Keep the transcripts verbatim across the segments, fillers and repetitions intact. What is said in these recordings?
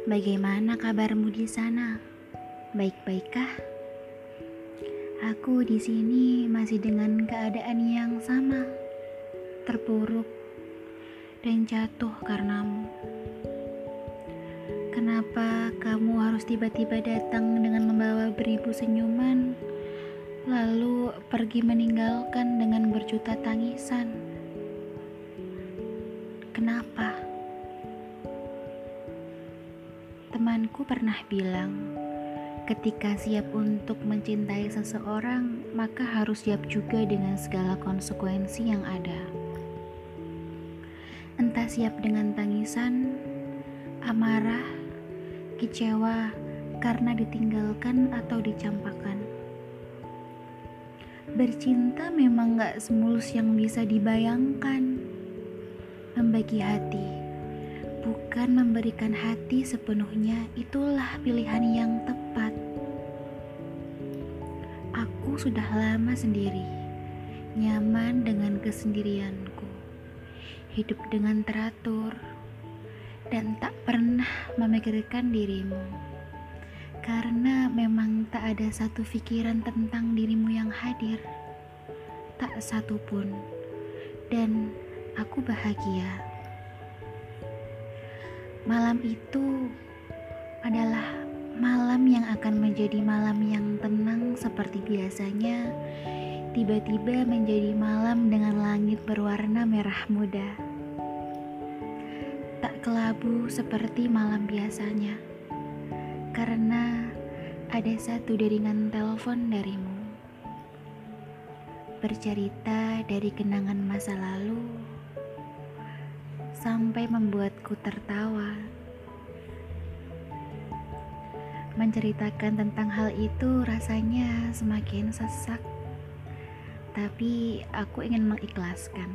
Bagaimana kabarmu di sana? Baik-baikkah? Aku di sini masih dengan keadaan yang sama, terpuruk dan jatuh karenamu. Kenapa kamu harus tiba-tiba datang dengan membawa beribu senyuman, lalu pergi meninggalkan dengan berjuta tangisan? Kenapa? Temanku pernah bilang, ketika siap untuk mencintai seseorang, maka harus siap juga dengan segala konsekuensi yang ada. Entah siap dengan tangisan, amarah, kecewa karena ditinggalkan atau dicampakkan. Bercinta memang gak semulus yang bisa dibayangkan. Membagi hati, bukan memberikan hati sepenuhnya, itulah pilihan yang tepat. Aku sudah lama sendiri, nyaman dengan kesendirianku, hidup dengan teratur, dan tak pernah memikirkan dirimu. Karena memang tak ada satu pikiran tentang dirimu yang hadir, tak satu pun, dan aku bahagia. Malam itu adalah malam yang akan menjadi malam yang tenang seperti biasanya, tiba-tiba menjadi malam dengan langit berwarna merah muda. Tak kelabu seperti malam biasanya, karena ada satu deringan telepon darimu, bercerita dari kenangan masa lalu, sampai membuatku tertawa. Menceritakan tentang hal itu rasanya semakin sesak, tapi aku ingin mengikhlaskan.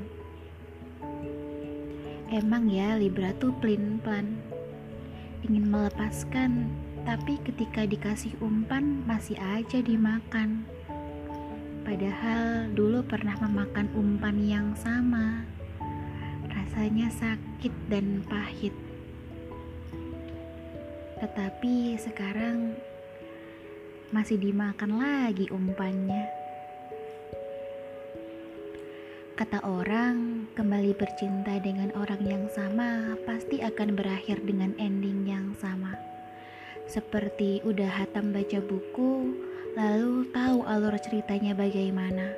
Emang ya, Libra tuh pelin-pelan, ingin melepaskan, tapi ketika dikasih umpan masih aja dimakan. Padahal dulu pernah memakan umpan yang sama, rasanya sakit dan pahit. Tetapi sekarang masih dimakan lagi umpannya. Kata orang, kembali bercinta dengan orang yang sama pasti akan berakhir dengan ending yang sama. Seperti udah hatam baca buku, lalu tahu alur ceritanya bagaimana.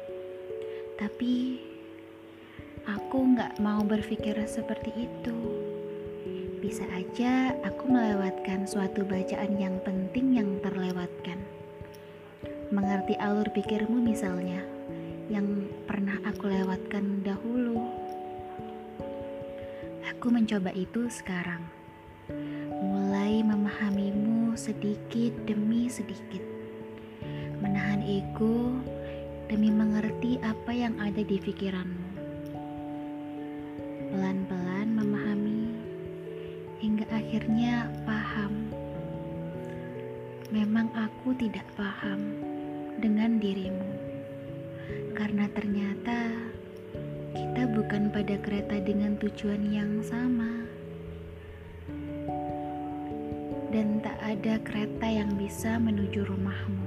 Tapi aku gak mau berpikir seperti itu. Bisa aja aku melewatkan suatu bacaan yang penting yang terlewatkan. Mengerti alur pikirmu misalnya, yang pernah aku lewatkan dahulu. Aku mencoba itu sekarang, mulai memahamimu sedikit demi sedikit, menahan ego demi mengerti apa yang ada di pikiranmu. Pelan-pelan memahami, hingga akhirnya paham. Memang aku tidak paham dengan dirimu, karena ternyata kita bukan pada kereta dengan tujuan yang sama, dan tak ada kereta yang bisa menuju rumahmu.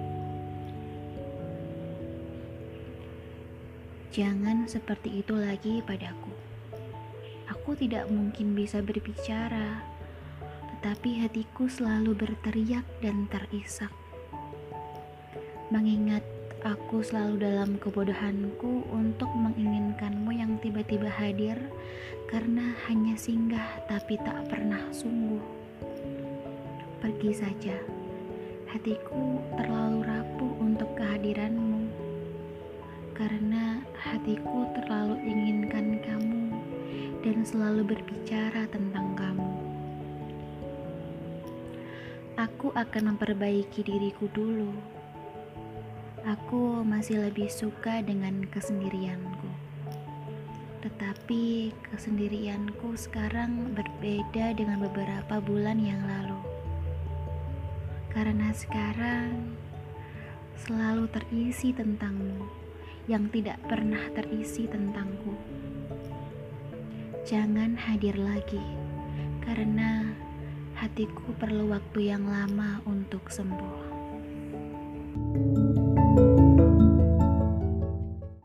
Jangan seperti itu lagi padaku. Aku tidak mungkin bisa berbicara, tetapi hatiku selalu berteriak dan terisak. Mengingat aku selalu dalam kebodohanku untuk menginginkanmu yang tiba-tiba hadir, karena hanya singgah tapi tak pernah sungguh. Pergi saja, hatiku terlalu rapuh untuk kehadiranmu, karena hatiku terlalu inginkan kamu dan selalu berbicara tentang kamu. Aku akan memperbaiki diriku dulu. Aku masih lebih suka dengan kesendirianku. Tetapi kesendirianku sekarang berbeda dengan beberapa bulan yang lalu. Karena sekarang selalu terisi tentangmu yang tidak pernah terisi tentangku. Jangan hadir lagi, karena hatiku perlu waktu yang lama untuk sembuh.